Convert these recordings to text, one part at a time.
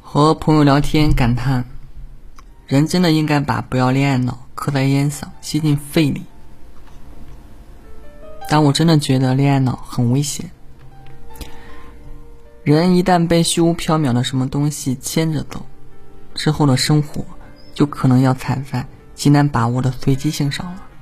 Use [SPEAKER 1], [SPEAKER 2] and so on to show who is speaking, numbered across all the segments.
[SPEAKER 1] 和朋友聊天感叹，人真的应该把不要恋爱脑刻在烟上，吸进肺里。但我真的觉得恋爱脑很危险，人一旦被虚无缥缈的什么东西牵着走，之后的生活就可能要踩在极难把握的随机性上了。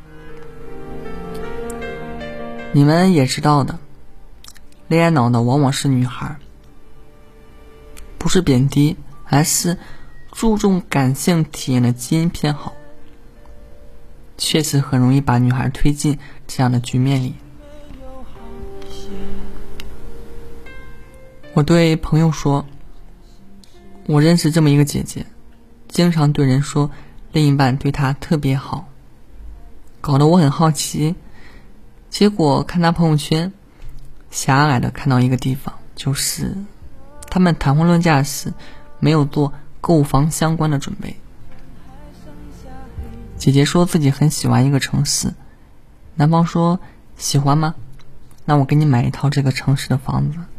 [SPEAKER 1] 你们也知道的，恋爱脑的往往是女孩，不是贬低，而是注重感性体验的基因偏好，确实很容易把女孩推进这样的局面里。我对朋友说，我认识这么一个姐姐，经常对人说另一半对她特别好，搞得我很好奇。结果看她朋友圈，狭隘的看到一个地方，就是他们谈婚论嫁时没有做购房相关的准备。姐姐说自己很喜欢一个城市，男方说喜欢吗？那我给你买一套这个城市的房子。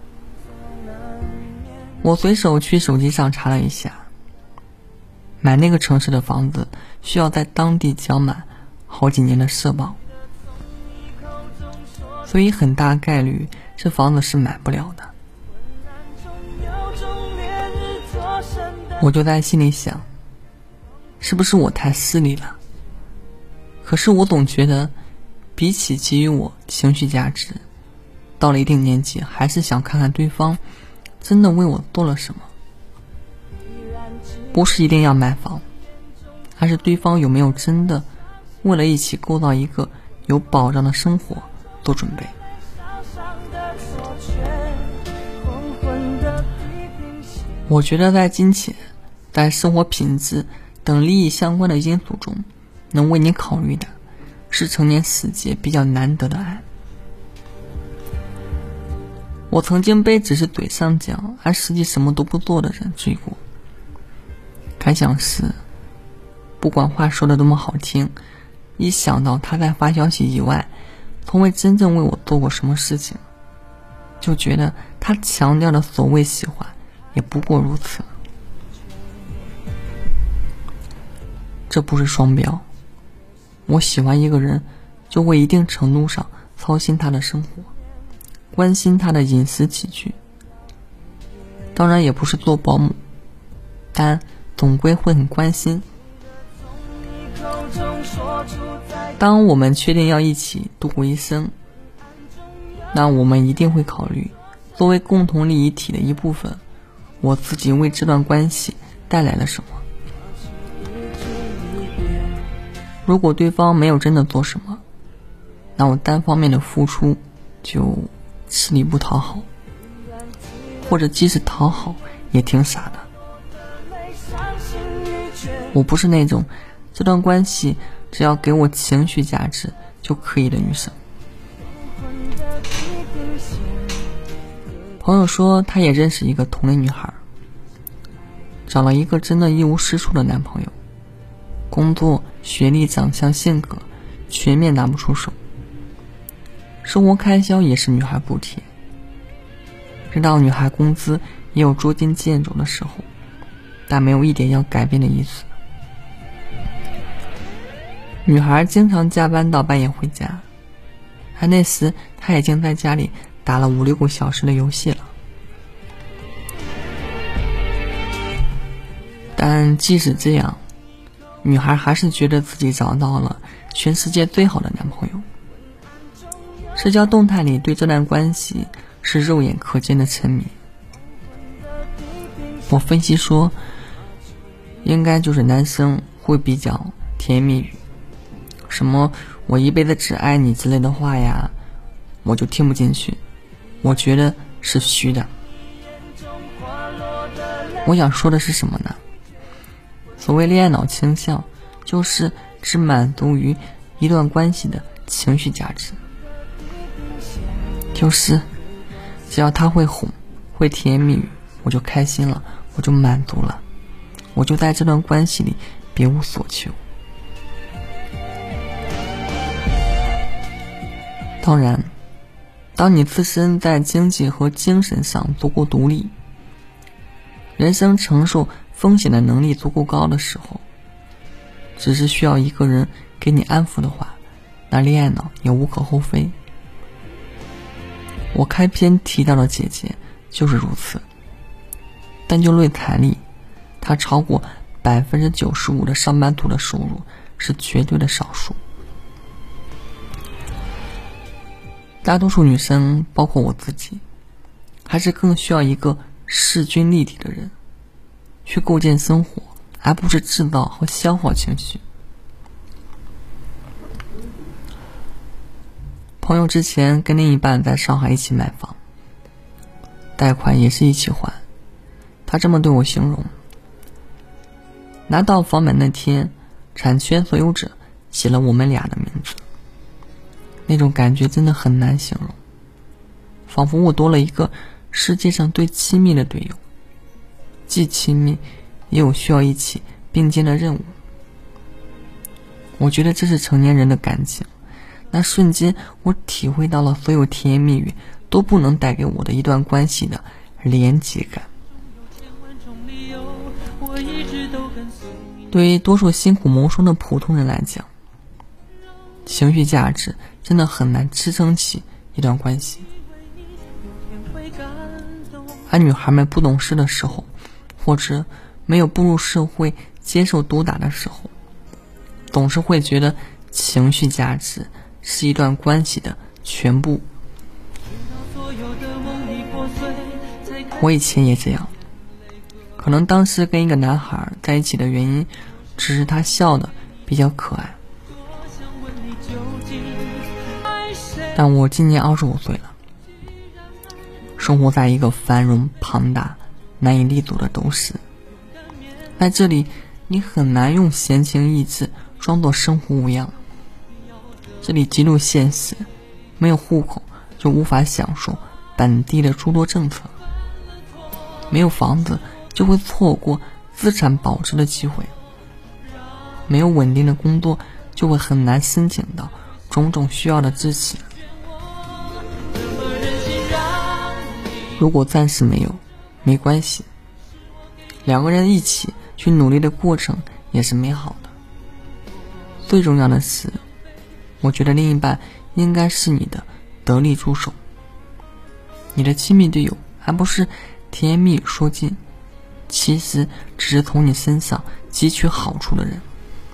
[SPEAKER 1] 我随手去手机上查了一下，买那个城市的房子需要在当地缴满好几年的社保，所以很大概率这房子是买不了的。我就在心里想，是不是我太势利了？可是我总觉得，比起给予我情绪价值，到了一定年纪，还是想看看对方真的为我做了什么。不是一定要买房，而是对方有没有真的为了一起构造一个有保障的生活做准备。我觉得在金钱、在生活品质等利益相关的因素中，能为你考虑的是成年世界比较难得的爱。我曾经被只是嘴上讲而实际什么都不做的人追过，感想是，不管话说的多么好听，一想到他在发消息以外从未真正为我做过什么事情，就觉得他强调的所谓喜欢也不过如此。这不是双标，我喜欢一个人就会一定程度上操心他的生活，关心他的饮食起居，当然也不是做保姆，但总归会很关心。当我们确定要一起度过一生，那我们一定会考虑作为共同利益体的一部分，我自己为这段关系带来了什么。如果对方没有真的做什么，那我单方面的付出就吃力不讨好，或者即使讨好也挺傻的。我不是那种这段关系只要给我情绪价值就可以的女生。朋友说他也认识一个同类女孩，找了一个真的一无是处的男朋友，工作、学历、长相、性格全面拿不出手，生活开销也是女孩补贴，知道女孩工资也有捉襟见肘的时候，但没有一点要改变的意思。女孩经常加班到半夜回家，而那时她已经在家里打了5-6个小时的游戏了。但即使这样，女孩还是觉得自己找到了全世界最好的男朋友。社交动态里对这段关系是肉眼可见的沉迷。我分析说，应该就是男生会比较甜言蜜语，什么我一辈子只爱你之类的话呀，我就听不进去，我觉得是虚的。我想说的是什么呢？所谓恋爱脑倾向，就是只满足于一段关系的情绪价值，就是只要他会哄，会甜言蜜语，我就开心了，我就满足了，我就在这段关系里别无所求。当然，当你自身在经济和精神上足够独立， 人生承受风险的能力足够高的时候，只是需要一个人给你安抚的话，那恋爱脑也无可厚非。我开篇提到的姐姐就是如此，但就论财力，她超过95%的上班族的收入是绝对的少数。大多数女生，包括我自己，还是更需要一个势均力敌的人去构建生活，而不是制造和消耗情绪。朋友之前跟另一半在上海一起买房，贷款也是一起还。他这么对我形容：拿到房本那天，产权所有者写了我们俩的名字，那种感觉真的很难形容，仿佛我多了一个世界上最亲密的队友，既亲密也有需要一起并肩的任务。我觉得这是成年人的感情，那瞬间我体会到了所有甜言蜜语都不能带给我的一段关系的连结感。对于多数辛苦谋生的普通人来讲，情绪价值真的很难支撑起一段关系。而女孩们不懂事的时候，或者没有步入社会接受毒打的时候，总是会觉得情绪价值是一段关系的全部。我以前也这样，可能当时跟一个男孩在一起的原因只是他笑得比较可爱。但我今年25岁了，生活在一个繁荣庞大难以立足的都市，在这里你很难用闲情逸致装作生活无恙。这里极度现实，没有户口就无法享受本地的诸多政策，没有房子就会错过资产保值的机会，没有稳定的工作就会很难申请到种种需要的支持。如果暂时没有，没关系，两个人一起去努力的过程也是美好的。最重要的是，我觉得另一半应该是你的得力助手，你的亲密队友，而不是甜言蜜语说尽，其实只是从你身上汲取好处的人。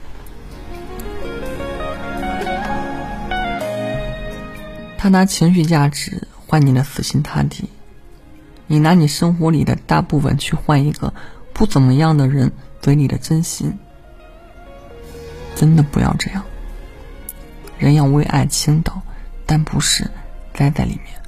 [SPEAKER 1] 他拿情绪价值换你的死心塌地，你拿你生活里的大部分去换一个不怎么样的人嘴里的真心。真的不要这样，人要为爱倾倒，但不是栽在里面。